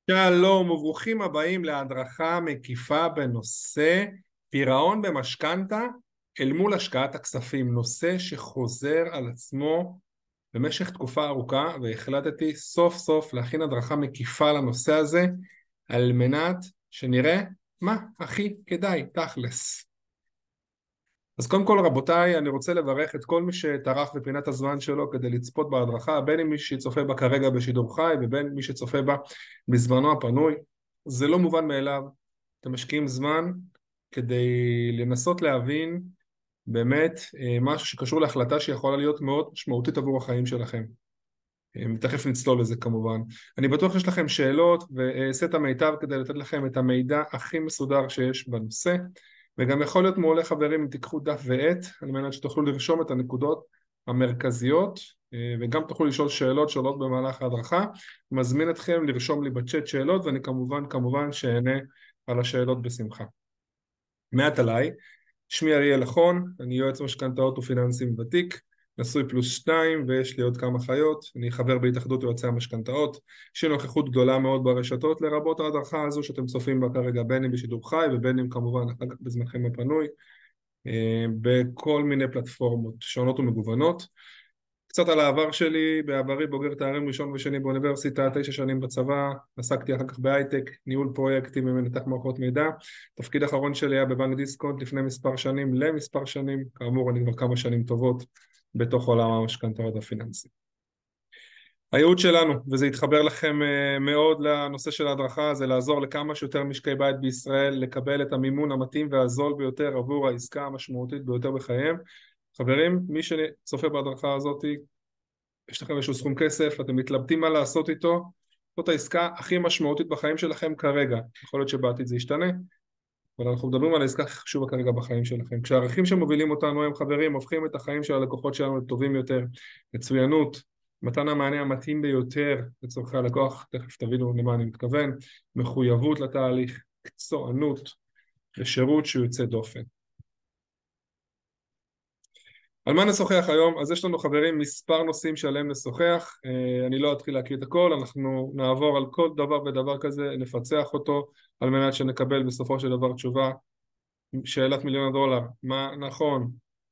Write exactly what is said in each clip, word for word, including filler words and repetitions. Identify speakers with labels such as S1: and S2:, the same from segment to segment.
S1: שלום וברוכים הבאים להדרכה מקיפה בנושא פירעון במשכנתא אל מול השקעת הכספים, נושא שחוזר על עצמו במשך תקופה ארוכה, והחלטתי סוף סוף להכין הדרכה מקיפה לנושא הזה על מנת שנראה מה הכי כדאי תכלס. אז קודם כל רבותיי, אני רוצה לברך את כל מי שטרח בפינת הזמן שלו כדי לצפות בהדרכה, בין אם מי שצופה בה כרגע בשידור חי ובין מי שצופה בה בזמנו הפנוי. זה לא מובן מאליו, אתם משקיעים זמן כדי לנסות להבין באמת משהו שקשור להחלטה שיכולה להיות מאוד משמעותית עבור החיים שלכם. תכף נצלול לזה כמובן. אני בטוח שיש לכם שאלות ואעשה את המיטב כדי לתת לכם את המידע הכי מסודר שיש בנושא. וגם יכול להיות מעולה חברים אם תיקחו דף ועט על מנת שתוכלו לרשום את הנקודות המרכזיות וגם תוכלו לשאול שאלות שעולות במהלך ההדרכה. מזמין אתכם לרשום לי בצ'אט שאלות ואני כמובן כמובן שאענה על השאלות בשמחה. מעט עליי, שמי אריאל לחון, אני יועץ משכנתאות ופיננסים ותיק, נשוי פלוס שתיים ויש לי עוד כמה חיות. אני חבר בהתאחדות יועצי המשכנתאות, יש לי נוכחות גדולה מאוד ברשתות לרבות ההדרכה הזו שאתם צופים בה כרגע, בין אם בשידור חי ובין אם כמובן אחר כך בזמנכם הפנוי, בכל מיני פלטפורמות שונות ומגוונות. קצת על העבר שלי, בעברי בוגר תארים ראשון ושני באוניברסיטה, תשע שנים בצבא, עסקתי אחר כך בהייטק, ניהול פרויקטים ומנתח מערכות מידע. תפקיד האחרון שלי היה בבנק דיסקונט לפני מספר שנים למספר שנים, כאמור אני כבר כמה שנים טובות בתוך עולם המשכנתאות הפיננסי. הייעוד שלנו, וזה יתחבר לכם מאוד לנושא של ההדרכה, זה לעזור לכמה שיותר משקי בית בישראל לקבל את המימון המתאים והזול ביותר עבור העסקה המשמעותית ביותר בחייהם. חברים, מי שצופה בהדרכה הזאת, יש לכם איזשהו סכום כסף, אתם מתלבטים מה לעשות איתו, זאת העסקה הכי משמעותית בחיים שלכם כרגע. יכול להיות שבעתיד זה ישתנה, אבל אנחנו מדברים על העסקה הכי חשובה כרגע בחיים שלכם. כשהערכים שמובילים אותנו הם חברים, הופכים את החיים של הלקוחות שלנו לטובים יותר, מצוינות, מתן המענה המתאים ביותר לצורכי הלקוח, תכף תבינו למה אני מתכוון, מחויבות לתהליך, מקצוענות ושירות שהוא יוצא דופן. על מה נשוחח היום? אז יש לנו חברים מספר נושאים שעליהם נשוחח, אני לא אתחיל להקריא את הכל, אנחנו נעבור על כל דבר ודבר כזה, נפצח אותו על מנת שנקבל בסופו של דבר תשובה. שאלת מיליון הדולר, מה נכון?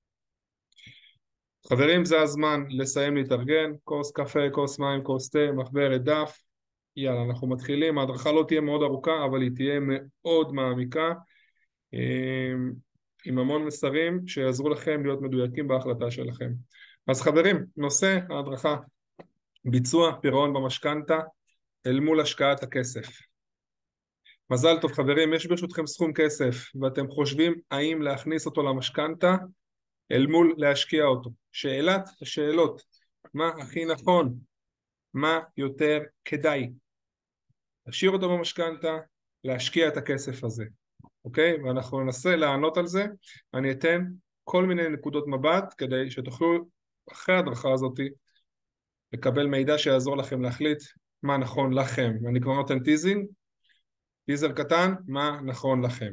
S1: חברים, זה הזמן לסיים להתארגן, כוס קפה, כוס מים, כוס תה, מחברת, דף. יאללה, אנחנו מתחילים. ההדרכה לא תהיה מאוד ארוכה, אבל היא תהיה מאוד מעמיקה, עם המון מסרים שיעזרו לכם להיות מדויקים בהחלטה שלכם. אז חברים, נושא ההדרכה, ביצוע פירעון במשכנתא אל מול השקעת הכסף. מזל טוב חברים, יש ברשותכם סכום כסף ואתם חושבים האם להכניס אותו למשכנתא אל מול להשקיע אותו. שאלת השאלות, מה הכי נכון? מה יותר כדאי? להשאיר אותו במשכנתא, להשקיע את הכסף הזה. אוקיי? ואנחנו ננסה לענות על זה. אני אתן כל מיני נקודות מבט כדי שתוכלו אחרי ההדרכה הזאת לקבל מידע שיעזור לכם להחליט מה נכון לכם. ואני כבר נותן טיזינג, טיזר קטן, מה נכון לכם.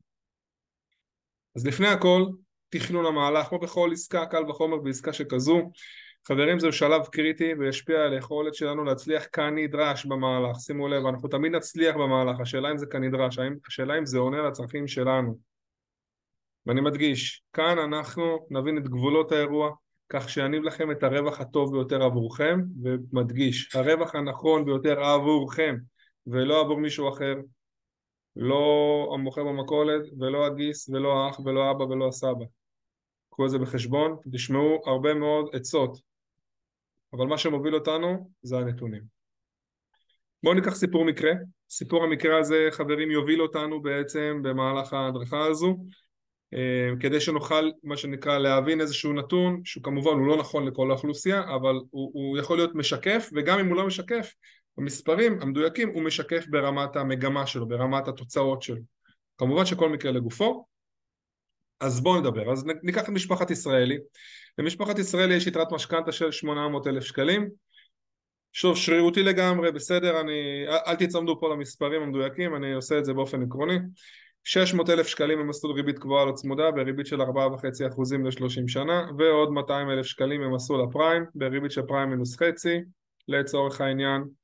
S1: אז לפני הכל, תכנון המהלך, כמו בכל עסקה, קל וחומר בעסקה שכזו, חברים, זהו שלב קריטי וישפיע על היכולת שלנו להצליח כנדרש במהלך. שימו לב, אנחנו תמיד נצליח במהלך, השאלה אם זה כנדרש, השאלה אם זה עונה לצרכים שלנו. ואני מדגיש, כאן אנחנו נבין את גבולות האירוע, כך שיניב לכם את הרווח הטוב ביותר עבורכם, ומדגיש, הרווח הנכון ביותר עבורכם, ולא עבור מישהו אחר, לא המוכר במכולת, ולא הגיס, ולא האח, ולא האבא, ולא הסבא. קחו את זה בחשבון, תשמעו הרבה מאוד עצות, אבל מה שמוביל אותנו זה הנתונים. בואו ניקח סיפור מקרה. סיפור המקרה הזה, חברים, יוביל אותנו בעצם במהלך ההדרכה הזו, כדי שנוכל, מה שנקרא, להבין איזשהו נתון, שהוא כמובן הוא לא נכון לכל האוכלוסייה, אבל הוא, הוא יכול להיות משקף, וגם אם הוא לא משקף, המספרים המדויקים הוא משקף ברמת המגמה שלו, ברמת התוצאות שלו. כמובן שכל מקרה לגופו. אז בואו נדבר. אז ניקח את משפחת ישראלי. למשפחת ישראלי יש יתרת משכנתא של שמונה מאות אלף שקלים. שוב, שרירותי לגמרי, בסדר, אני, אל תצמדו פה למספרים המדויקים, אני עושה את זה באופן עקרוני. שש מאות אלף שקלים במסלול ריבית קבועה לא צמודה, בריבית של ארבעה נקודה חמש אחוזים ל-שלושים שנה, ועוד מאתיים אלף שקלים במסלול הפריים, בריבית של פריים מינוס חצי, לצורך העניין,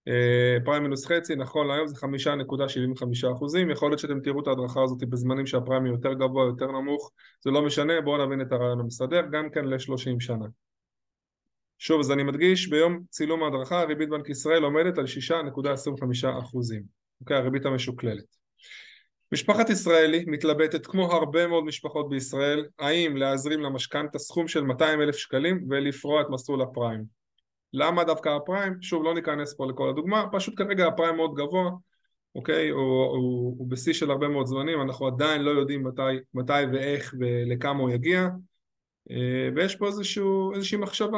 S1: פריים מינוס חצי, נכון להיום זה חמישה נקודה שבעים וחמישה אחוזים, יכול להיות שאתם תראו את ההדרכה הזאת בזמנים שהפריים יותר גבוה, יותר נמוך, זה לא משנה, בואו נבין את הרעיון המסדר, גם כן ל-שלושים שנה. שוב, אז אני מדגיש, ביום צילום ההדרכה, הריבית בנק ישראל עומדת על שישה נקודה עשרים וחמישה אחוזים, אוקיי, הריבית המשוקללת. משפחת ישראלי מתלבטת כמו הרבה מאוד משפחות בישראל, האם להזרים למשכנתא סכום של מאתיים אלף שקלים ולפרוע את מסלול הפריים. למה דווקא הפריים? שוב, לא ניכנס פה לכל הדוגמה, פשוט כרגע הפריים מאוד גבוה, אוקיי, הוא, הוא, הוא בשיא של הרבה מאוד זמנים, אנחנו עדיין לא יודעים מתי, מתי ואיך ולכמה הוא יגיע, ויש פה איזשהו, איזושהי מחשבה.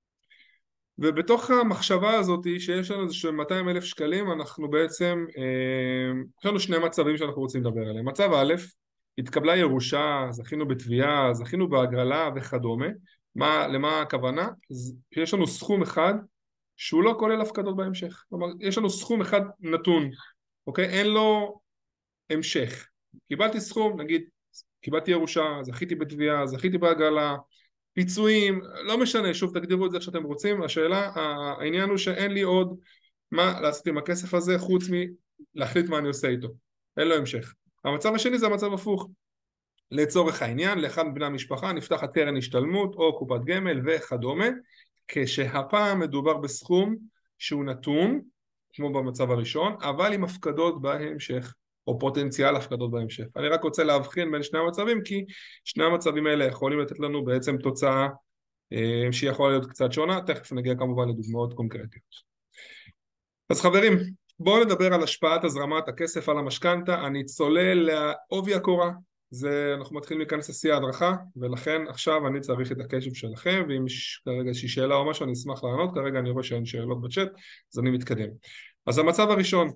S1: ובתוך המחשבה הזאת שיש לנו איזשהו מאתיים אלף שקלים, אנחנו בעצם, יש לנו שני מצבים שאנחנו רוצים לדבר עליהם. מצב א', התקבלה ירושה, זכינו בתביעה, זכינו בהגרלה וכדומה. מה, למה הכוונה? יש לנו סכום אחד שהוא לא כולל הפקדות בהמשך. כלומר, יש לנו סכום אחד נתון, אוקיי? אין לו המשך. קיבלתי סכום, נגיד, קיבלתי ירושה, זכיתי בתביעה, זכיתי בהגרלה, פיצויים, לא משנה, שוב תגדירו את זה איך שאתם רוצים, השאלה, העניין הוא שאין לי עוד מה לעשות עם הכסף הזה חוץ מלהחליט מה אני עושה איתו, אין לו המשך. המצב השני זה המצב הפוך, לצורך העניין, לאחד מבני המשפחה נפתחת קרן השתלמות או קופת גמל וכדומה, כשהפעם מדובר בסכום שהוא נתון, כמו במצב הראשון, אבל עם הפקדות בהמשך. או פוטנציאל הפקדות בהמשך. אני רק רוצה להבחין בין שני המצבים, כי שני המצבים האלה יכולים לתת לנו בעצם תוצאה אה, שהיא יכולה להיות קצת שונה, תכף נגיע כמובן לדוגמאות קונקרטיות. אז חברים, בואו נדבר על השפעת הזרמת הכסף על המשכנתא, אני צולל לעובי הקורה, זה, אנחנו מתחילים להיכנס לשיא ההדרכה, ולכן עכשיו אני צריך את הקשב שלכם, ואם יש כרגע איזושהי שאלה או משהו אני אשמח לענות, כרגע אני רואה שאין שאלות בצ'אט, אז אני מתקדם. אז המצב הראשון,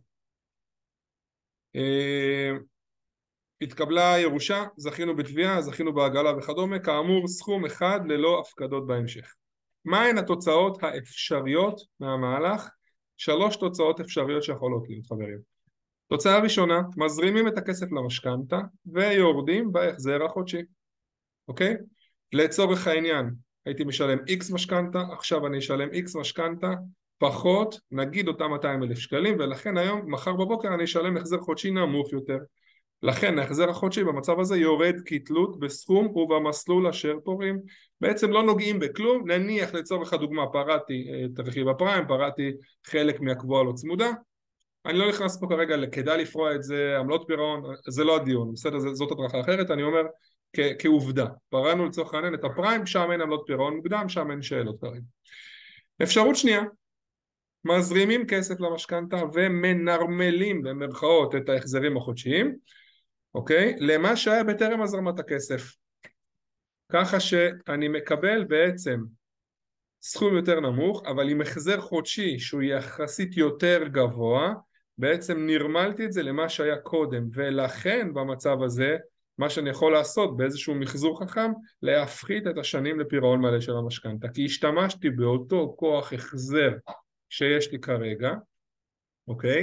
S1: Uh, התקבלה ירושה, זכינו בתביעה, זכינו בהגרלה וכדומה, כאמור סכום אחד ללא הפקדות בהמשך. מהן התוצאות האפשריות מהמהלך? שלוש תוצאות אפשריות שיכולות להיות, חברים. תוצאה ראשונה, מזרימים את הכסף למשכנתא ויורדים בהחזר החודשי, אוקיי? לצורך העניין, הייתי משלם X משכנתא, עכשיו אני אשלם X משכנתא, פחות, נגיד אותם מאתיים אלף שקלים, ולכן היום, מחר בבוקר אני אשלם החזר חודשי נמוך יותר. לכן ההחזר החודשי במצב הזה יורד כתלות בסכום ובמסלול אשר פורעים. בעצם לא נוגעים בכלום, נניח לצורך הדוגמה, פרעתי את רכיב הפריים, פרעתי חלק מהקבועה לא צמודה, אני לא נכנס פה כרגע לכדאי לפרוע את זה, עמלות פירעון, זה לא הדיון, בסדר, זאת הדרכה אחרת, אני אומר כ- כעובדה, פרענו לצורך העניין את הפריים, שם אין עמלות פירעון מוקדם, שם אין שאלות כרגע. אפשרות שנייה, מזרימים כסף למשכנתא ומנרמלים במרכאות את ההחזרים החודשיים, אוקיי? למה שהיה בטרם הזרמת הכסף. ככה שאני מקבל בעצם סכום יותר נמוך, אבל עם החזר חודשי שהוא יחסית יותר גבוה, בעצם נרמלתי את זה למה שהיה קודם, ולכן במצב הזה, מה שאני יכול לעשות באיזשהו מחזור חכם, להפחית את השנים לפירעון מלא של המשכנתא, כי השתמשתי באותו כוח החזר שיש לי כרגע, אוקיי?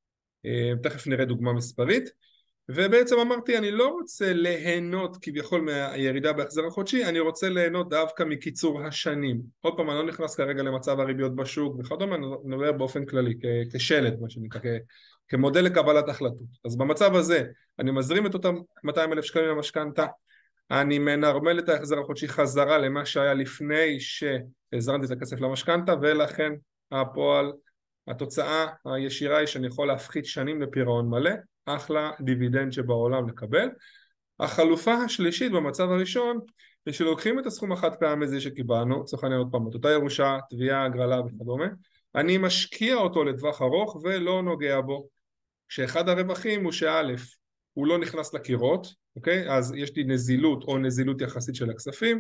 S1: תכף נראה דוגמה מספרית, ובעצם אמרתי אני לא רוצה ליהנות כביכול מהירידה בהחזר החודשי, אני רוצה ליהנות דווקא מקיצור השנים. עוד פעם, אני לא נכנס כרגע למצב הריביות בשוק וכדומה, אני מדבר באופן כללי, כשלד, מה שנקרא, כמודל לקבלת החלטות. אז במצב הזה אני מזרים את אותם מאתיים אלף שקלים למשכנתא, אני מנרמל את ההחזר החודשי חזרה למה שהיה לפני שהזרמתי את הכסף למשכנתא, ולכן הפועל, התוצאה הישירה היא שאני יכול להפחית שנים לפירעון מלא, אחלה דיבידנד שבעולם לקבל. החלופה השלישית במצב הראשון היא שלוקחים את הסכום החד פעם הזה שקיבלנו, צריך לעניין עוד פעם, את אותה ירושה, תביעה, הגרלה וכדומה, אני משקיע אותו לטווח ארוך ולא נוגע בו, כשאחד הרווחים הוא שא' הוא לא נכנס לקירות, אוקיי? אז יש לי נזילות או נזילות יחסית של הכספים,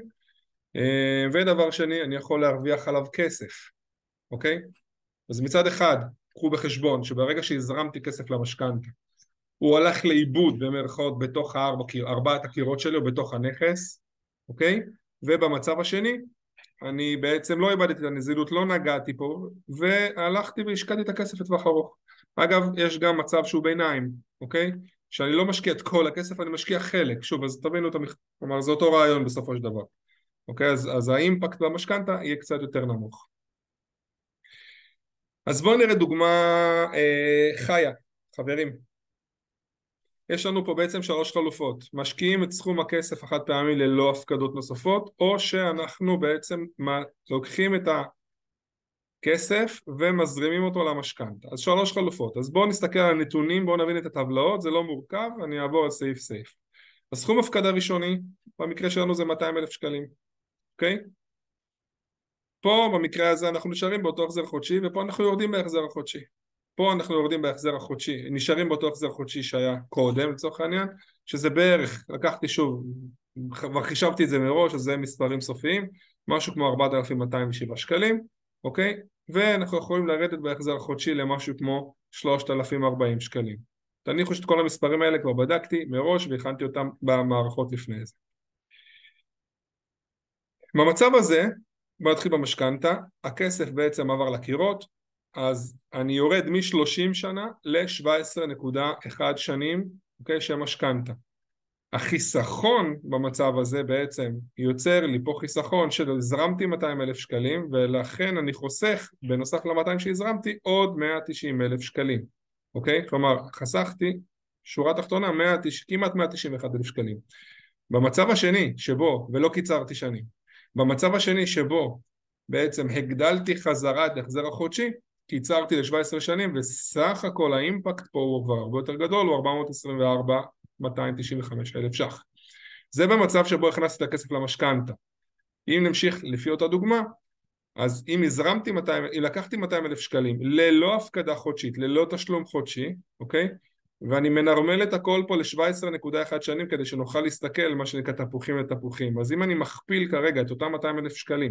S1: ודבר שני, אני יכול להרוויח עליו כסף, אוקיי? אז מצד אחד, קחו בחשבון שברגע שהזרמתי כסף למשכנתא, הוא הלך לאיבוד במרכאות בתוך הארבע, ארבעת הקירות שלי או בתוך הנכס, אוקיי? ובמצב השני, אני בעצם לא איבדתי את הנזילות, לא נגעתי פה, והלכתי והשקעתי את הכסף לטווח ארוך. אגב, יש גם מצב שהוא ביניים, אוקיי? שאני לא משקיע את כל הכסף, אני משקיע חלק. שוב, אז תבינו את המח... כלומר, זה אותו רעיון בסופו של דבר. אוקיי? אז, אז האימפקט במשכנתא יהיה קצת יותר נמוך. אז בואו נראה דוגמה אה, חיה, חברים. יש לנו פה בעצם שלוש חלופות. משקיעים את סכום הכסף החד פעמי ללא הפקדות נוספות, או שאנחנו בעצם לוקחים את הכסף ומזרימים אותו למשכנתא. אז שלוש חלופות. אז בואו נסתכל על הנתונים, בואו נבין את הטבלאות, זה לא מורכב, אני אעבור על סעיף סעיף. הסכום הפקדה ראשוני, במקרה שלנו זה מאתיים אלף שקלים, אוקיי? פה במקרה הזה אנחנו נשארים באותו החזר חודשי, ופה אנחנו יורדים בהחזר החודשי. פה אנחנו יורדים בהחזר החודשי, נשארים באותו החזר חודשי שהיה קודם לצורך העניין, שזה בערך, לקחתי שוב, וחישבתי את זה מראש, אז זה מספרים סופיים, משהו כמו ארבעת אלפים מאתיים ושבעה שקלים, אוקיי? ואנחנו יכולים לרדת בהחזר החודשי למשהו כמו שלושת אלפים וארבעים שקלים. תניחו שאת כל המספרים האלה כבר בדקתי מראש והכנתי אותם במערכות לפני זה. במצב הזה, בוא נתחיל במשכנתא, הכסף בעצם עבר לקירות, אז אני יורד מ-שלושים שנה ל-שבע עשרה נקודה אחת שנים, אוקיי, שמשכנתא. החיסכון במצב הזה בעצם יוצר לי פה חיסכון שהזרמתי מאתיים אלף שקלים, ולכן אני חוסך בנוסף ל-מאתיים שהזרמתי עוד מאה ותשעים אלף שקלים, אוקיי? כלומר, חסכתי שורה תחתונה מאה ותשעים, כמעט מאה ותשעים ואחד אלף שקלים. במצב השני שבו, ולא קיצרתי שנים, במצב השני שבו בעצם הגדלתי חזרה את החזר החודשי, קיצרתי ל-שבע עשרה שנים, וסך הכל האימפקט פה הוא כבר הרבה יותר גדול, הוא ארבע מאות עשרים וארבע אלף מאתיים תשעים וחמישה אלף ש"ח. זה במצב שבו הכנסתי את הכסף למשכנתא. אם נמשיך לפי אותה דוגמה, אז אם הזרמתי מאתיים, אם לקחתי מאתיים אלף שקלים ללא הפקדה חודשית, ללא תשלום חודשי, אוקיי? ואני מנרמל את הכל פה ל-שבע עשרה נקודה אחת שנים כדי שנוכל להסתכל מה שנקרא תפוחים לתפוחים. אז אם אני מכפיל כרגע את אותם מאתיים אלף שקלים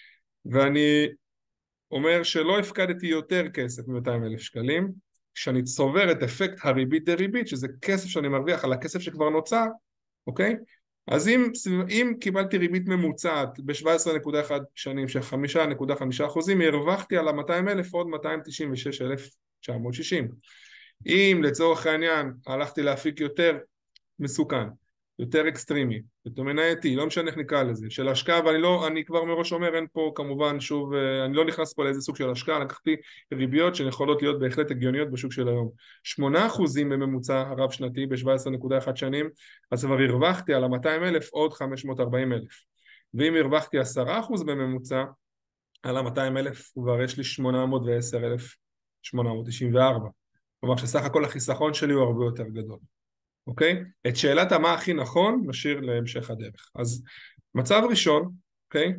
S1: ואני אומר שלא הפקדתי יותר כסף מ-מאתיים אלף שקלים, כשאני צובר את אפקט הריבית דריבית, שזה כסף שאני מרוויח על הכסף שכבר נוצר, אוקיי? אז אם, אם קיבלתי ריבית ממוצעת ב-שבע עשרה נקודה אחת שנים של חמש נקודה חמש אחוזים, הרווחתי על ה-מאתיים אלף עוד מאתיים תשעים ושש אלף תשע מאות שישים. אם לצורך העניין הלכתי להפיק יותר מסוכן, יותר אקסטרימי, דומיננטי, לא משנה איך נקרא לזה, של השקעה, ואני לא, אני כבר מראש אומר, אין פה כמובן, שוב, אני לא נכנס פה לאיזה סוג של השקעה, לקחתי ריביות שיכולות להיות בהחלט הגיוניות בשוק של היום. שמונה אחוזים בממוצע הרב שנתי ב-שבע עשרה נקודה אחת שנים, אז כבר הרווחתי על ה-מאתיים אלף עוד חמש מאות וארבעים אלף. ואם הרווחתי עשרה אחוז בממוצע, על ה-מאתיים אלף כבר יש לי שמונה מאות ועשר אלף שמונה מאות תשעים וארבע. כלומר שסך הכל החיסכון שלי הוא הרבה יותר גדול. אוקיי? את שאלת מה הכי נכון נשאיר להמשך הדרך. אז מצב ראשון, אוקיי?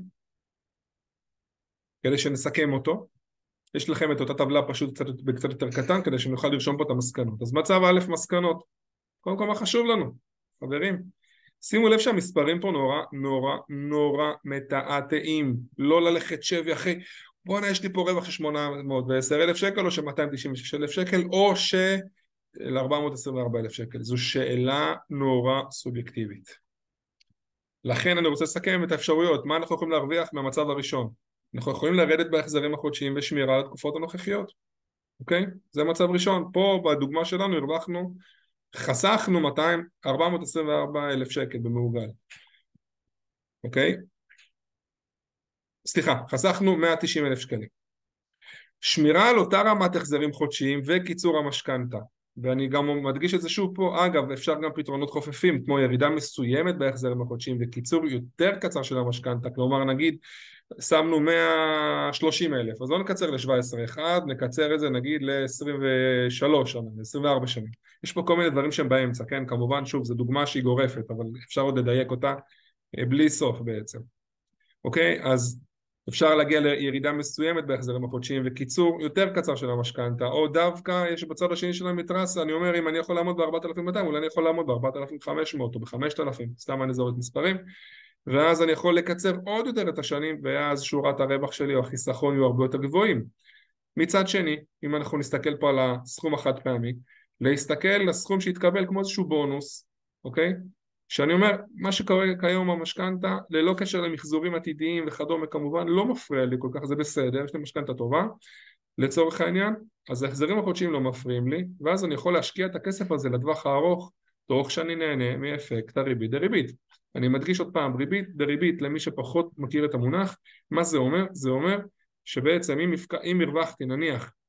S1: כדי שנסכם אותו, יש לכם את אותה טבלה פשוט קצת, בקצת יותר קטן כדי שנוכל לרשום פה את המסקנות. אז מצב א' מסקנות. קודם כל מה חשוב לנו, חברים? שימו לב שהמספרים פה נורא נורא נורא מתעתעים. לא ללכת שבי אחרי, בוא'נה יש לי פה רווח של שמונה מאות ועשר אלף שקל או של מאתיים תשעים ושש אלף שקל או ש... ל-ארבע מאות עשרים וארבע אלף שקל. זו שאלה נורא סובייקטיבית. לכן אני רוצה לסכם את האפשרויות. מה אנחנו יכולים להרוויח מהמצב הראשון? אנחנו יכולים לרדת בהחזרים החודשיים ושמירה על התקופות הנוכחיות. אוקיי? זה מצב ראשון. פה בדוגמה שלנו הרווחנו, חסכנו מאתיים, ארבע מאות עשרים וארבע אלף שקל במעוגל. אוקיי? סליחה, חסכנו מאה ותשעים אלף שקלים. שמירה על אותה רמת החזרים חודשיים וקיצור המשכנתא. ואני גם מדגיש את זה שוב פה, אגב, אפשר גם פתרונות חופפים, כמו ירידה מסוימת בהחזרים החודשיים וקיצור יותר קצר של המשכנתא, כלומר נגיד, שמנו מאה ושלושים אלף, אז לא נקצר ל-שבע עשרה אחד, נקצר את זה נגיד ל-עשרים ושלוש שנים, ל-עשרים וארבע שנים. יש פה כל מיני דברים שהם באמצע, כן? כמובן, שוב, זו דוגמה שהיא גורפת, אבל אפשר עוד לדייק אותה בלי סוף בעצם. אוקיי? אז אפשר להגיע לירידה מסוימת בהחזרים החודשיים וקיצור יותר קצר של המשכנתא, או דווקא יש בצד השני של המתרס, אני אומר אם אני יכול לעמוד ב-ארבעת אלפים ומאתיים, אולי אני יכול לעמוד ב-ארבעת אלפים וחמש מאות או ב-חמשת אלפים, סתם אני זורק מספרים, ואז אני יכול לקצר עוד יותר את השנים, ואז שורת הרווח שלי או החיסכון יהיו הרבה יותר גבוהים. מצד שני, אם אנחנו נסתכל פה על הסכום החד פעמי, להסתכל לסכום שהתקבל כמו איזשהו בונוס, אוקיי? שאני אומר, מה שקורה כיום במשכנתא, ללא קשר למחזורים עתידיים וכדומה, כמובן לא מפריע לי כל כך, זה בסדר, יש לי משכנתא טובה, לצורך העניין, אז ההחזרים החודשיים לא מפריעים לי, ואז אני יכול להשקיע את הכסף הזה לטווח הארוך, תוך שאני נהנה מאפקט הריבית דריבית. אני מדגיש עוד פעם, ריבית דריבית, למי שפחות מכיר את המונח, מה זה אומר? זה אומר שבעצם אם, אם הרווחתי נניח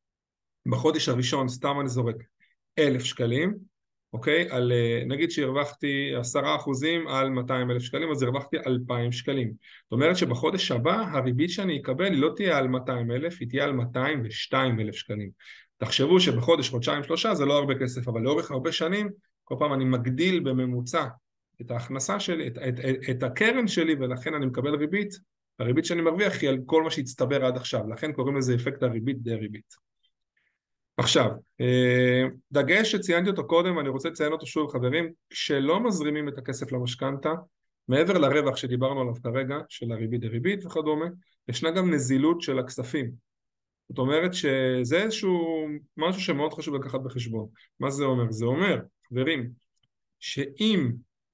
S1: בחודש הראשון, סתם אני זורק, אלף שקלים, אוקיי? על, נגיד שהרווחתי עשרה אחוזים על מאתיים אלף שקלים, אז הרווחתי אלפיים שקלים. זאת אומרת שבחודש הבא הריבית שאני אקבל היא לא תהיה על מאתיים אלף, היא תהיה על מאתיים ושתיים אלף שקלים. תחשבו שבחודש, חודשיים, שלושה זה לא הרבה כסף, אבל לאורך הרבה שנים, כל פעם אני מגדיל בממוצע את ההכנסה שלי, את, את, את, את הקרן שלי, ולכן אני מקבל ריבית. הריבית שאני מרוויח היא על כל מה שהצטבר עד עכשיו, לכן קוראים לזה אפקט הריבית די ריבית. עכשיו, דגש שציינתי אותו קודם, ואני רוצה לציין אותו שוב, חברים, כשלא מזרימים את הכסף למשכנתא, מעבר לרווח שדיברנו עליו כרגע, של הריבית דריבית וכדומה, ישנה גם נזילות של הכספים. זאת אומרת שזה איזשהו משהו שמאוד חשוב לקחת בחשבון. מה זה אומר? זה אומר, חברים, שאם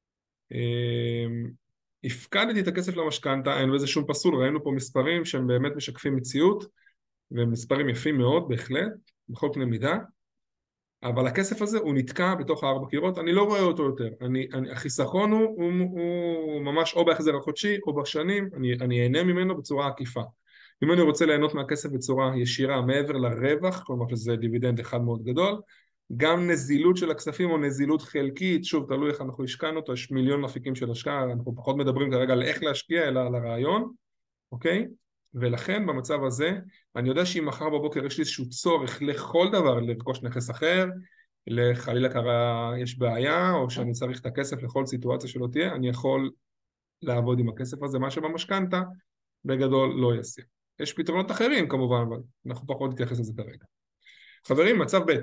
S1: אה, הפקדתי את הכסף למשכנתא, אין בזה שום פסול, ראינו פה מספרים שהם באמת משקפים מציאות, ומספרים יפים מאוד בהחלט, בכל קנה מידה, אבל הכסף הזה הוא נתקע בתוך הארבע קירות, אני לא רואה אותו יותר, אני, אני, החיסכון הוא, הוא, הוא ממש או בהחזר החודשי או בשנים, אני, אני אהנה ממנו בצורה עקיפה. אם אני רוצה ליהנות מהכסף בצורה ישירה מעבר לרווח, כלומר שזה דיבידנד אחד מאוד גדול, גם נזילות של הכספים או נזילות חלקית, שוב תלוי איך אנחנו השקענו אותו, יש מיליון מפיקים של השקעה, אנחנו פחות מדברים כרגע על איך להשקיע אלא על הרעיון, אוקיי? ולכן במצב הזה אני יודע שאם מחר בבוקר יש לי איזשהו צורך לכל דבר, לרכוש נכס אחר, לחלילה קרה יש בעיה או שאני צריך את הכסף לכל סיטואציה שלא תהיה, אני יכול לעבוד עם הכסף הזה, מה שבמשכנתא בגדול לא יעשה. יש פתרונות אחרים כמובן, אבל אנחנו פחות נתייחס לזה כרגע. חברים, מצב ב'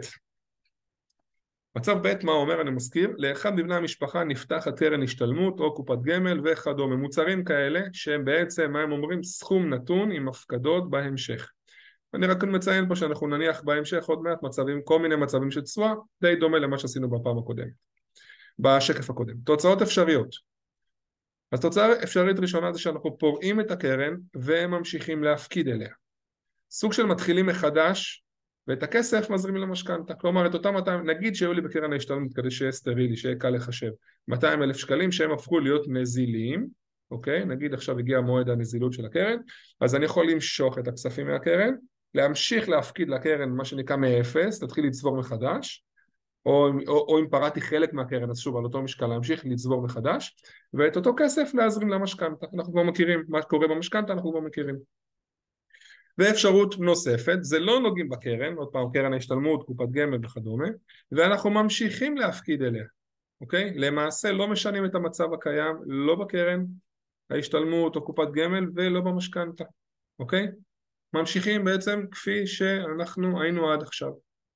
S1: מצב ב' מה אומר, אני מזכיר, לאחד מבני המשפחה נפתחת קרן השתלמות או קופת גמל וכדומה, ממוצרים כאלה שהם בעצם, מה הם אומרים, סכום נתון עם הפקדות בהמשך. אני רק מציין פה שאנחנו נניח בהמשך עוד מעט מצבים, כל מיני מצבים של תשואה, די דומה למה שעשינו בפעם הקודמת, בשקף הקודם. תוצאות אפשריות. אז תוצאה אפשרית ראשונה זה שאנחנו פורעים את הקרן וממשיכים להפקיד אליה. סוג של מתחילים מחדש, ואת הכסף מזרימים למשכנתא. כלומר, את אותם מאתיים, נגיד שהיו לי בקרן ההשתלמות כדי שיהיה סטרילי, שיהיה קל לחשב, מאתיים אלף שקלים שהם הפכו להיות נזיליים, אוקיי? נגיד עכשיו הגיע מועד הנזילות של הקרן, אז אני יכול למשוך את הכספים מהקרן, להמשיך להפקיד לקרן מה שנקרא מאפס, להתחיל לצבור מחדש, או, או, או אם פרעתי חלק מהקרן, אז שוב על אותו משקל להמשיך לצבור מחדש, ואת אותו כסף להזרים למשכנתא. אנחנו כבר מכירים מה שקורה במשכנתא, אנחנו כבר מכירים. ואפשרות נוספת, זה לא נוגעים בקרן, עוד פעם קרן ההשתלמות, קופת גמל וכדומה, ואנחנו ממשיכים להפקיד אליה, אוקיי? למעשה לא משנים את המצב הקיים, לא בקרן ההשתלמות או קופת גמל ולא במשכנתא, אוקיי? ממשיכים בעצם כפי שאנחנו היינו עד עכשיו.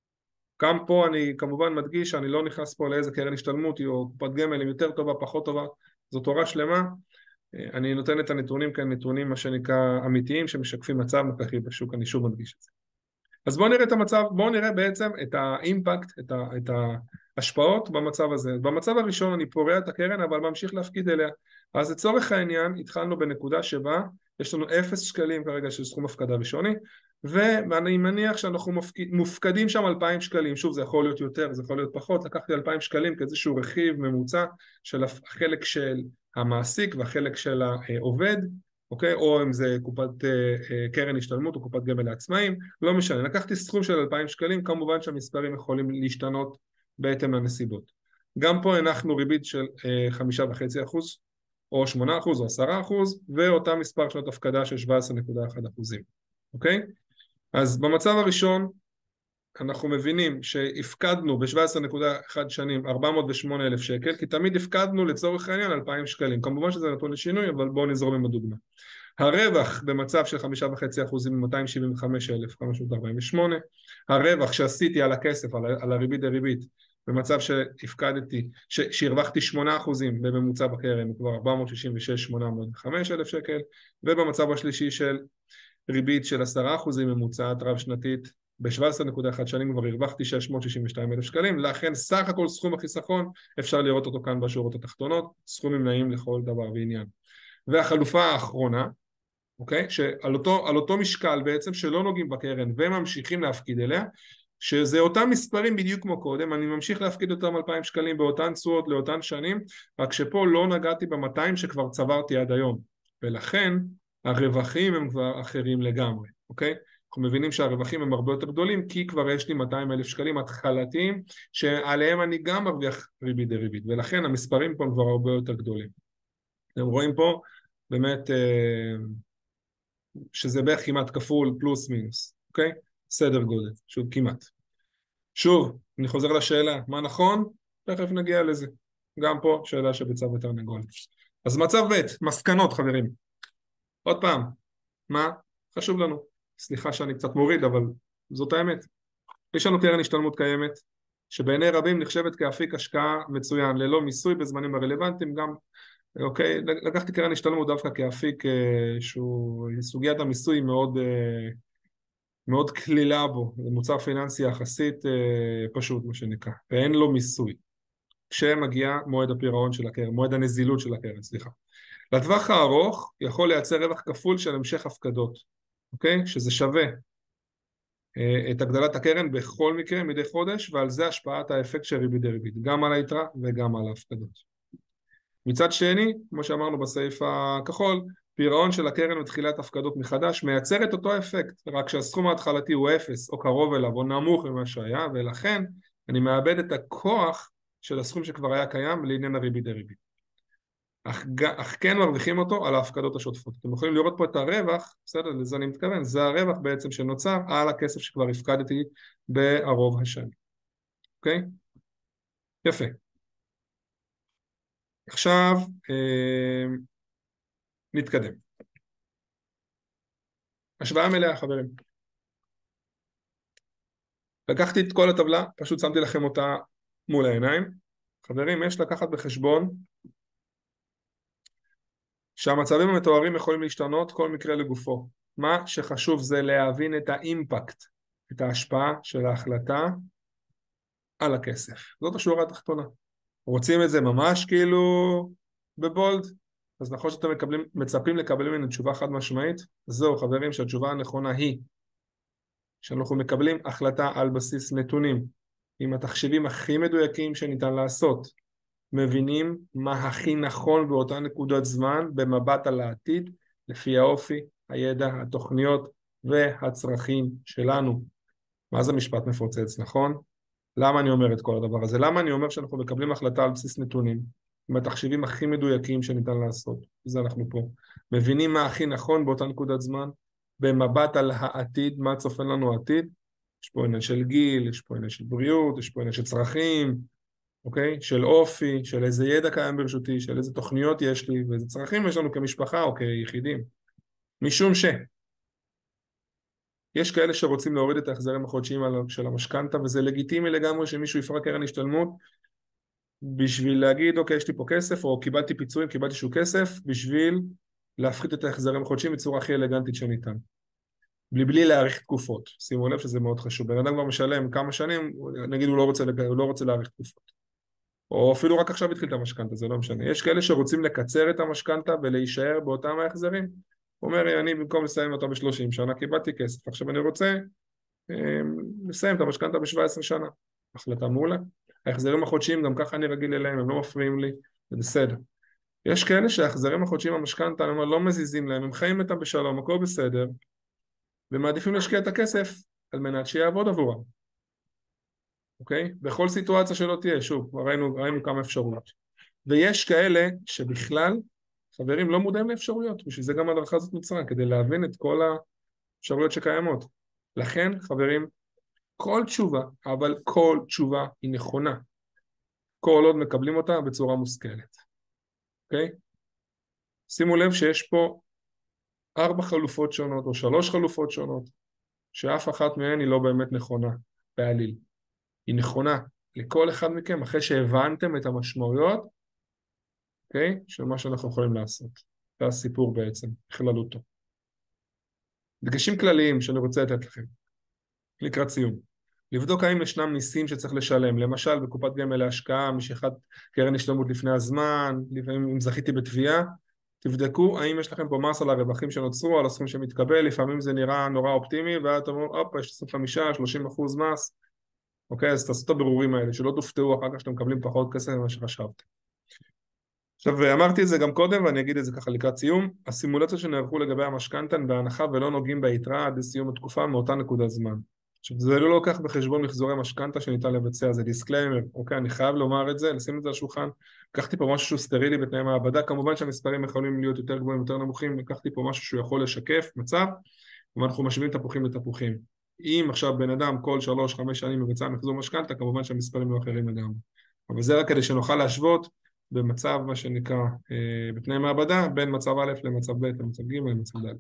S1: גם פה אני כמובן מדגיש שאני לא נכנס פה לאיזה קרן השתלמות או קופת גמל אם יותר טובה, פחות טובה, זו תורה שלמה. אני נותן את הנתונים כאן, נתונים מה שנקרא אמיתיים שמשקפים מצב נוכחי בשוק, אני שוב מדגיש את זה. אז בואו נראה את המצב, בואו נראה בעצם את האימפקט, את, ה, את ההשפעות במצב הזה. במצב הראשון אני פורע את הקרן אבל ממשיך להפקיד אליה. אז לצורך העניין התחלנו בנקודה שבה יש לנו אפס שקלים כרגע של סכום הפקדה ראשוני, ואני מניח שאנחנו מופקד, מופקדים שם אלפיים שקלים, שוב זה יכול להיות יותר, זה יכול להיות פחות, לקחתי אלפיים שקלים כאיזשהו רכיב ממוצע של החלק של המעסיק והחלק של העובד, אוקיי? או אם זה קופת קרן השתלמות או קופת גמל לעצמאים, לא משנה, לקחתי סכום של אלפיים שקלים, כמובן שהמספרים יכולים להשתנות בהתאם לנסיבות. גם פה הנחנו ריבית של חמישה וחצי אחוז, או שמונה אחוז או עשרה אחוז, ואותה מספר שנות הפקדה של שבע עשרה נקודה אחת אחוזים, אוקיי? אז במצב הראשון, אנחנו מבינים שהפקדנו ב-שבע עשרה נקודה אחת שנים ארבע מאות ושמונה אלף שקל, כי תמיד הפקדנו לצורך העניין אלפיים שקלים, כמובן שזה נתון לשינוי, אבל בואו נזרום עם הדוגמה. הרווח במצב של חמישה וחצי אחוזים מאתיים שבעים וחמש אלף חמש מאות ארבעים ושמונה, הרווח שעשיתי על הכסף, על, על הריבית דריבית, במצב שהפקדתי, שהרווחתי שמונה אחוזים בממוצע בקרן, כבר ארבע מאות שישים ושש אלף שמונה מאות וחמש שקל, ובמצב השלישי של ריבית של עשרה אחוזים ממוצעת רב שנתית, ב-שבע עשרה נקודה אחת שנים כבר הרווחתי שש מאות שישים ושתיים אלף שקלים, לכן סך הכל סכום החיסכון, אפשר לראות אותו כאן בשורות התחתונות, סכומים נעים לכל דבר ועניין. והחלופה האחרונה, אוקיי, שעל אותו, על אותו משקל בעצם שלא נוגעים בקרן וממשיכים להפקיד אליה, שזה אותם מספרים בדיוק כמו קודם, אני ממשיך להפקיד אותם אלפיים שקלים באותן תשואות לאותן שנים, רק שפה לא נגעתי ב-מאתיים שכבר צברתי עד היום, ולכן הרווחים הם כבר אחרים לגמרי, אוקיי? אנחנו מבינים שהרווחים הם הרבה יותר גדולים, כי כבר יש לי מאתיים אלף שקלים התחלתיים, שעליהם אני גם מרוויח ריבית דריבית, ולכן המספרים פה כבר הרבה יותר גדולים. אתם רואים פה באמת שזה בערך כמעט כפול פלוס מינוס, אוקיי? סדר גודל, שוב כמעט. שוב, אני חוזר לשאלה, מה נכון? תכף נגיע לזה. גם פה שאלה שביצה ותרנגולת. אז מצב ב', מסקנות חברים. עוד פעם, מה חשוב לנו? סליחה שאני קצת מוריד, אבל זאת האמת. יש לנו קרן השתלמות קיימת, שבעיני רבים נחשבת כאפיק השקעה מצוין, ללא מיסוי בזמנים הרלוונטיים, גם, אוקיי, לקחתי קרן השתלמות דווקא כאפיק אה, שהוא, סוגיית המיסוי מאוד, אה, מאוד כלילה בו, זה מוצר פיננסי יחסית אה, פשוט, מה שנקרא, ואין לו מיסוי. כשמגיע מועד הפירעון של הקרן, מועד הנזילות של הקרן, סליחה. לטווח הארוך יכול לייצר רווח כפול של המשך הפקדות, אוקיי? שזה שווה את הגדלת הקרן בכל מקרה מדי חודש, ועל זה השפעת האפקט של ריבית דריבית, גם על היתרה וגם על ההפקדות. מצד שני, כמו שאמרנו בסעיף הכחול, פירעון של הקרן בתחילת הפקדות מחדש מייצר את אותו אפקט, רק שהסכום ההתחלתי הוא אפס או קרוב אליו או נמוך ממה שהיה, ולכן אני מאבד את הכוח של הסכום שכבר היה קיים לעניין הריבית דריבית. אך, אך כן מרוויחים אותו על ההפקדות השוטפות. אתם יכולים לראות פה את הרווח, בסדר, לזה אני מתכוון, זה הרווח בעצם שנוצר על הכסף שכבר הפקדתי בערוב השני. אוקיי? יפה. עכשיו אה, נתקדם. השוואה מלאה חברים. לקחתי את כל הטבלה, פשוט שמתי לכם אותה מול העיניים. חברים, יש לקחת בחשבון שהמצבים המתוארים יכולים להשתנות כל מקרה לגופו. מה שחשוב זה להבין את האימפקט, את ההשפעה של ההחלטה על הכסף. זאת השורה התחתונה. רוצים את זה ממש כאילו בבולד? אז נכון שאתם מקבלים, מצפים לקבל ממנו תשובה חד משמעית? זהו חברים, שהתשובה הנכונה היא שאנחנו מקבלים החלטה על בסיס נתונים, עם התחשיבים הכי מדויקים שניתן לעשות. מבינים מה הכי נכון באותה נקודת זמן במבט על העתיד, לפי האופי, הידע, התוכניות והצרכים שלנו. מה זה משפט מפוצץ, נכון? למה אני אומר את כל הדבר הזה? למה אני אומר שאנחנו מקבלים החלטה על בסיס נתונים, עם התחשיבים הכי מדויקים שניתן לעשות? זה אנחנו פה. מבינים מה הכי נכון באותה נקודת זמן, במבט על העתיד, מה צופן לנו העתיד? יש פה עניין של גיל, יש פה עניין של בריאות, יש פה עניין של צרכים, אוקיי? של אופי, של איזה ידע קיים ברשותי, של איזה תוכניות יש לי, ואיזה צרכים יש לנו כמשפחה או כיחידים. משום ש... יש כאלה שרוצים להוריד את ההחזרים החודשיים של המשכנתא, וזה לגיטימי לגמרי שמישהו יפרע קרן השתלמות, בשביל להגיד, אוקיי, יש לי פה כסף, או קיבלתי פיצויים, קיבלתי שהוא כסף, בשביל להפחית את ההחזרים החודשיים בצורה הכי אלגנטית שניתן. בלי, בלי להאריך תקופות. שימו לב שזה מאוד חשוב. בן אדם כבר משלם כמה שנים, נגיד הוא לא רוצה, הוא לא רוצה להאריך תקופות. או אפילו רק עכשיו התחיל את המשכנתא, זה לא משנה. יש כאלה שרוצים לקצר את המשכנתא ולהישאר באותם ההחזרים. הוא אומר, אני במקום לסיים אותה ב-שלושים שנה, קיבלתי כסף. עכשיו אני רוצה לסיים את המשכנתא ב-שבע עשרה שנה. החלטה מעולה. ההחזרים החודשיים, גם ככה אני רגיל אליהם, הם לא מפריעים לי, זה בסדר. יש כאלה שההחזרים החודשיים במשכנתא, אני אומר, לא מזיזים להם, הם חיים איתם בשלום, הכל בסדר, ומעדיפים להשקיע את הכסף על מנת שיעבוד עבורם. אוקיי? בכל סיטואציה שלא תהיה, שוב, ראינו, ראינו כמה אפשרויות. ויש כאלה שבכלל, חברים, לא מודעים לאפשרויות, בשביל זה גם הדרכה הזאת נוצרה, כדי להבין את כל האפשרויות שקיימות. לכן, חברים, כל תשובה, אבל כל תשובה היא נכונה. כל עוד מקבלים אותה בצורה מושכלת. אוקיי? שימו לב שיש פה ארבע חלופות שונות, או שלוש חלופות שונות, שאף אחת מהן היא לא באמת נכונה, בעליל. היא נכונה לכל אחד מכם, אחרי שהבנתם את המשמעויות, אוקיי? של מה שאנחנו יכולים לעשות. זה הסיפור בעצם, בכללותו. דגשים כלליים שאני רוצה לתת לכם, לקראת סיום. לבדוק האם ישנם ניסים שצריך לשלם, למשל בקופת גמל להשקעה, משיכת קרן השתלמות לפני הזמן, לפעמים אם זכיתי בתביעה, תבדקו האם יש לכם פה מס על הרווחים שנוצרו, על הסכום שמתקבל, לפעמים זה נראה נורא אופטימי, ואתם אומרים, הופה, יש עשרים וחמישה שלושים אחוז מס, אוקיי, אז תעשו את הבירורים האלה, שלא תופתעו אחר כך שאתם מקבלים פחות כסף ממה שחשבתם. עכשיו אמרתי את זה גם קודם ואני אגיד את זה ככה לקראת סיום, הסימולציות שנערכו לגבי המשכנתא בהנחה ולא נוגעים ביתרה עד לסיום התקופה מאותה נקודת זמן. עכשיו זה לא לוקח בחשבון מחזורי משכנתא שניתן לבצע, זה דיסקליימר, אוקיי, אני חייב לומר את זה, לשים את זה על השולחן, לקחתי פה משהו שהוא סטרילי בתנאי מעבדה, כמובן שהמספרים יכולים להיות יותר גבוהים יותר נמוכים, לקחתי פה משהו שהוא יכול לשקף מצב, ואנחנו משווים תפוחים לתפוחים. אם עכשיו בן אדם כל שלוש חמש שנים מבצע מחזור משכנתא, כמובן שהמספרים לא אחרים לגמרי. אבל זה רק כדי שנוכל להשוות במצב מה שנקרא אה, בתנאי מעבדה בין מצב א' למצב ב' למצב ג' למצב ד'.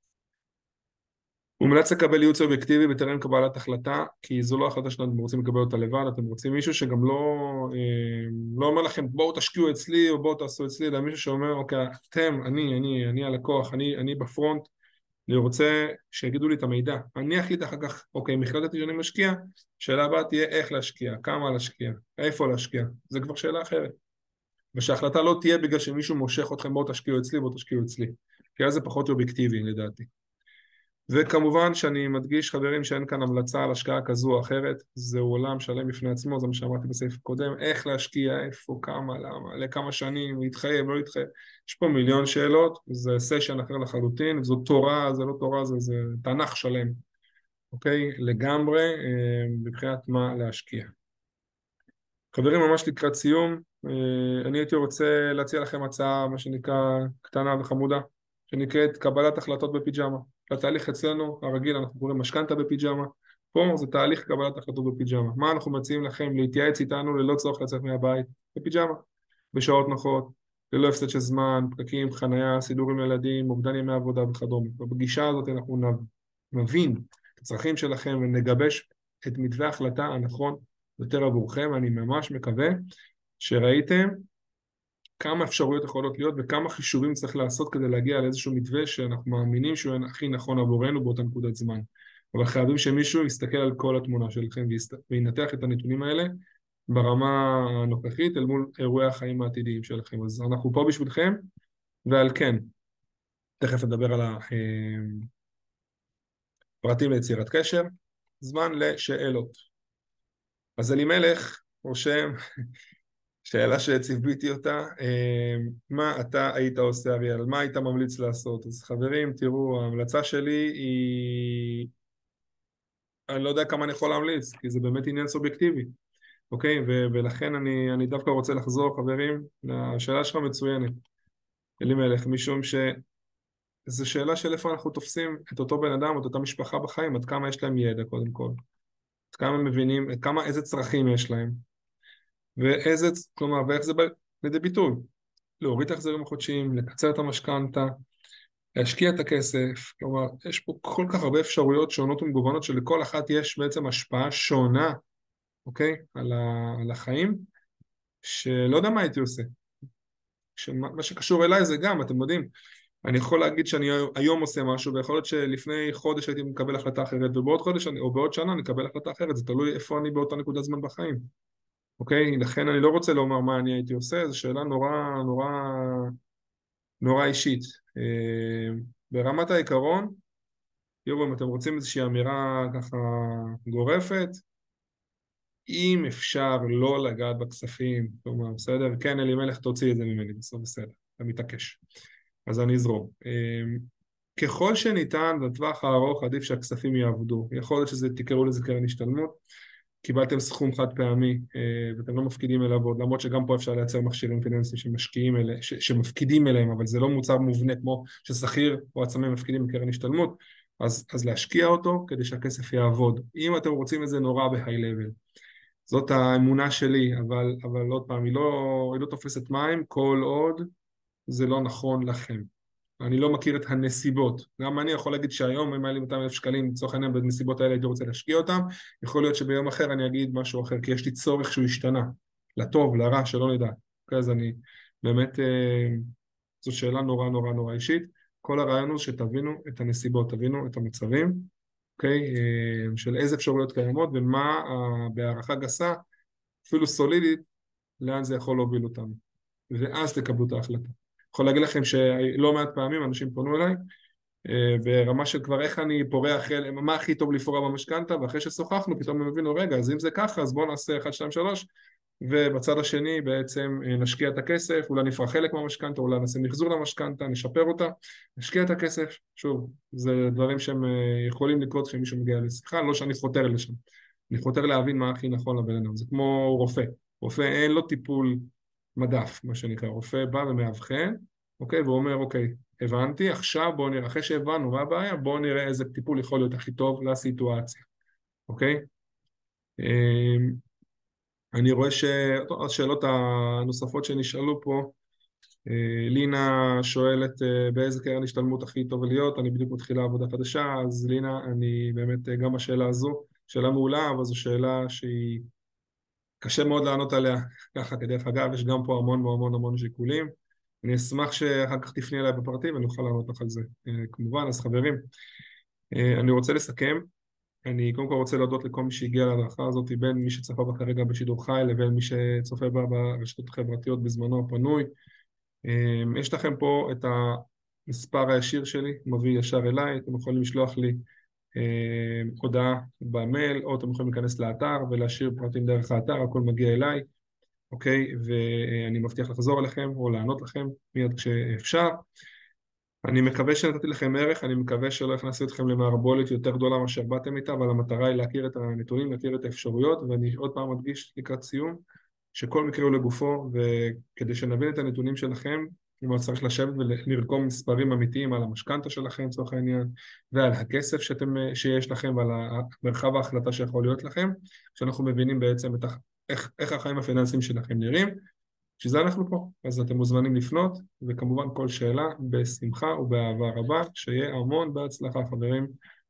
S1: מומלץ לקבל ייעוץ אובייקטיבי בטרם קבלת החלטה, כי זו לא החלטה שאתם רוצים לקבל אותה לבד, אתם רוצים מישהו שגם לא, אה, לא אומר לכם בואו תשקיעו אצלי או בואו תעשו אצלי, אלא מישהו שאומר אוקיי אתם, אני, אני, אני הלקוח, אני, אני בפרונט, אני רוצה שיגידו לי את המידע, אני אחליט אחר כך, אוקיי, מחלטתי שאני משקיע, שאלה הבאה תהיה איך להשקיע, כמה להשקיע, איפה להשקיע, זה כבר שאלה אחרת. ושההחלטה לא תהיה בגלל שמישהו מושך אתכם בואו תשקיעו אצלי בואו תשקיעו אצלי, כי אז זה פחות אובייקטיבי לדעתי. וכמובן שאני מדגיש חברים שאין כאן המלצה על השקעה כזו או אחרת, זהו עולם שלם בפני עצמו, זה מה שאמרתי בסעיף הקודם, איך להשקיע, איפה, כמה, למה, לכמה שנים, להתחייב, לא להתחייב, יש פה מיליון שאלות, זה סשן אחר לחלוטין, זו תורה, זה לא תורה, זה, זה תנ"ך שלם, אוקיי? לגמרי, מבחינת מה להשקיע. חברים, ממש לקראת סיום, אני הייתי רוצה להציע לכם הצעה, מה שנקרא, קטנה וחמודה, שנקראת קבלת החלטות בפיג'מה. התהליך אצלנו, הרגיל, אנחנו קוראים משכנתא בפיג'מה, פה זה תהליך קבלת החלטות בפיג'מה. מה אנחנו מציעים לכם? להתייעץ איתנו ללא צורך לצאת מהבית, בפיג'מה, בשעות נוחות, ללא הפסד של זמן, פקקים, חנייה, סידורים לילדים, אובדן ימי עבודה וכדומה. ובגישה הזאת אנחנו נבין את הצרכים שלכם ונגבש את מתווה ההחלטה הנכון יותר עבורכם. אני ממש מקווה שראיתם כמה אפשרויות יכולות להיות וכמה חישובים צריך לעשות כדי להגיע לאיזשהו מתווה שאנחנו מאמינים שהוא הכי נכון עבורנו באותה נקודת זמן. אבל חייבים שמישהו יסתכל על כל התמונה שלכם וינתח את הנתונים האלה ברמה הנוכחית אל מול אירועי החיים העתידיים שלכם. אז אנחנו פה בשבילכם, ועל כן, תכף נדבר על הפרטים ליצירת קשר, זמן לשאלות. אז אלימלך רושם, שאלה שציוויתי אותה, מה אתה היית עושה אריאל? מה היית ממליץ לעשות? אז חברים, תראו, ההמלצה שלי היא... אני לא יודע כמה אני יכול להמליץ, כי זה באמת עניין סובייקטיבי, אוקיי? ו- ולכן אני, אני דווקא רוצה לחזור, חברים, לשאלה שלך מצוינת, אלימלך, משום שזו שאלה של איפה אנחנו תופסים את אותו בן אדם, את אותה משפחה בחיים, עד כמה יש להם ידע קודם כל, עד כמה הם מבינים, עד כמה, איזה צרכים יש להם. ואיזה, כלומר, ואיך זה בא לידי ביטוי, להוריד את ההחזרים החודשיים, לקצר את המשכנתא, להשקיע את הכסף, כלומר, יש פה כל כך הרבה אפשרויות שונות ומגוונות שלכל אחת יש בעצם השפעה שונה, אוקיי, על, ה, על החיים, שלא יודע מה הייתי עושה. שמה, מה שקשור אליי זה גם, אתם יודעים, אני יכול להגיד שאני היום עושה משהו, ויכול להיות שלפני חודש הייתי מקבל החלטה אחרת, ובעוד חודש או בעוד שנה אני אקבל החלטה אחרת, זה תלוי איפה אני באותה נקודת זמן בחיים. אוקיי? לכן אני לא רוצה לומר מה אני הייתי עושה, זו שאלה נורא, נורא, נורא אישית. ברמת העיקרון, תראו, אם אתם רוצים איזושהי אמירה ככה גורפת, אם אפשר לא לגעת בכספים, כלומר, בסדר? כן, אלימלך, תוציא את זה ממני, בסדר, בסדר, אתה מתעקש. אז אני אזרום. ככל שניתן, בטווח הארוך, עדיף שהכספים יעבדו. יכול להיות שזה, תקראו לזה קרן השתלמות, קיבלתם סכום חד פעמי ואתם לא מפקידים אליו עוד, למרות שגם פה אפשר לייצר מכשירים פיננסיים שמשקיעים אליהם, שמפקידים אליהם, אבל זה לא מוצר מובנה כמו ששכיר או עצמאי מפקידים בקרן השתלמות, אז, אז להשקיע אותו כדי שהכסף יעבוד. אם אתם רוצים את זה נורא בהיי לבל, זאת האמונה שלי, אבל, אבל עוד פעם, היא לא, היא לא תופסת מים כל עוד זה לא נכון לכם. אני לא מכיר את הנסיבות. גם אני יכול להגיד שהיום, אם היה לי מאתיים אלף שקלים, לצורך העניין, בנסיבות האלה הייתי רוצה להשקיע אותם, יכול להיות שביום אחר אני אגיד משהו אחר, כי יש לי צורך שהוא השתנה, לטוב, לרע, שלא נדע. אז אני, באמת, זו שאלה נורא נורא נורא אישית. כל הרעיון הוא שתבינו את הנסיבות, תבינו את המצבים, אוקיי? של איזה אפשרויות קיימות, ומה, בהערכה גסה, אפילו סולידית, לאן זה יכול להוביל אותנו. ואז תקבלו את ההחלטה. יכול להגיד לכם שלא מעט פעמים אנשים פונו אליי ברמה של כבר איך אני פורח, מה הכי טוב לפרוע במשכנתא, ואחרי ששוחחנו פתאום הם הבינו רגע, אז אם זה ככה אז בואו נעשה אחת, שתיים, שלוש ובצד השני בעצם נשקיע את הכסף, אולי נפרע חלק מהמשכנתא, אולי נעשה מחזור למשכנתא, נשפר אותה, נשקיע את הכסף, שוב, זה דברים שהם יכולים לקרות כשמישהו מגיע לשיחה, לא שאני חותר לשם, אני חותר להבין מה הכי נכון לבן אדם, זה כמו רופא, רופא אין לו טיפול מדף, מה שנקרא, רופא בא ומאבחן, אוקיי, והוא אומר, אוקיי, הבנתי, עכשיו בואו נראה, אחרי שהבנו מה הבעיה, בואו נראה איזה טיפול יכול להיות הכי טוב לסיטואציה, אוקיי? אני רואה שהשאלות הנוספות שנשאלו פה, לינה שואלת באיזה קרן השתלמות הכי טוב להיות, אני בדיוק מתחילה עבודה חדשה, אז לינה, אני באמת, גם השאלה הזו, שאלה מעולה, אבל זו שאלה שהיא קשה מאוד לענות עליה, ככה כדרך אגב, יש גם פה המון המון המון שיקולים, אני אשמח שאחר כך תפני אליי בפרטי ואני אוכל לענות לך על זה, כמובן, אז חברים, אני רוצה לסכם, אני קודם כל רוצה להודות לכל מי שהגיע להדרכה הזאת, בין מי שצפה בה כרגע בשידור חי, לבין מי שצופה בה ברשתות החברתיות בזמנו הפנוי. יש לכם פה את המספר הישיר שלי, מביא ישר אליי, אתם יכולים לשלוח לי הודעה במייל, או אתם יכולים להיכנס לאתר ולהשאיר פרטים דרך האתר, הכל מגיע אליי, אוקיי? ואני מבטיח לחזור אליכם או לענות לכם מיד כשאפשר. אני מקווה שנתתי לכם ערך, אני מקווה שלא הכנסתי אתכם למערבולת יותר גדולה מאשר באתם איתה, אבל המטרה היא להכיר את הנתונים, להכיר את האפשרויות, ואני עוד פעם מדגיש לקראת סיום, שכל מקרה הוא לגופו, וכדי שנבין את הנתונים שלכם, כלומר צריך לשבת ולרקום מספרים אמיתיים על המשכנתא שלכם, לצורך העניין, ועל הכסף שאתם, שיש לכם, ועל מרחב ההחלטה שיכול להיות לכם, שאנחנו מבינים בעצם את, איך, איך החיים הפיננסיים שלכם נראים, שזה אנחנו פה, אז אתם מוזמנים לפנות, וכמובן כל שאלה בשמחה ובאהבה רבה, שיהיה המון בהצלחה חברים.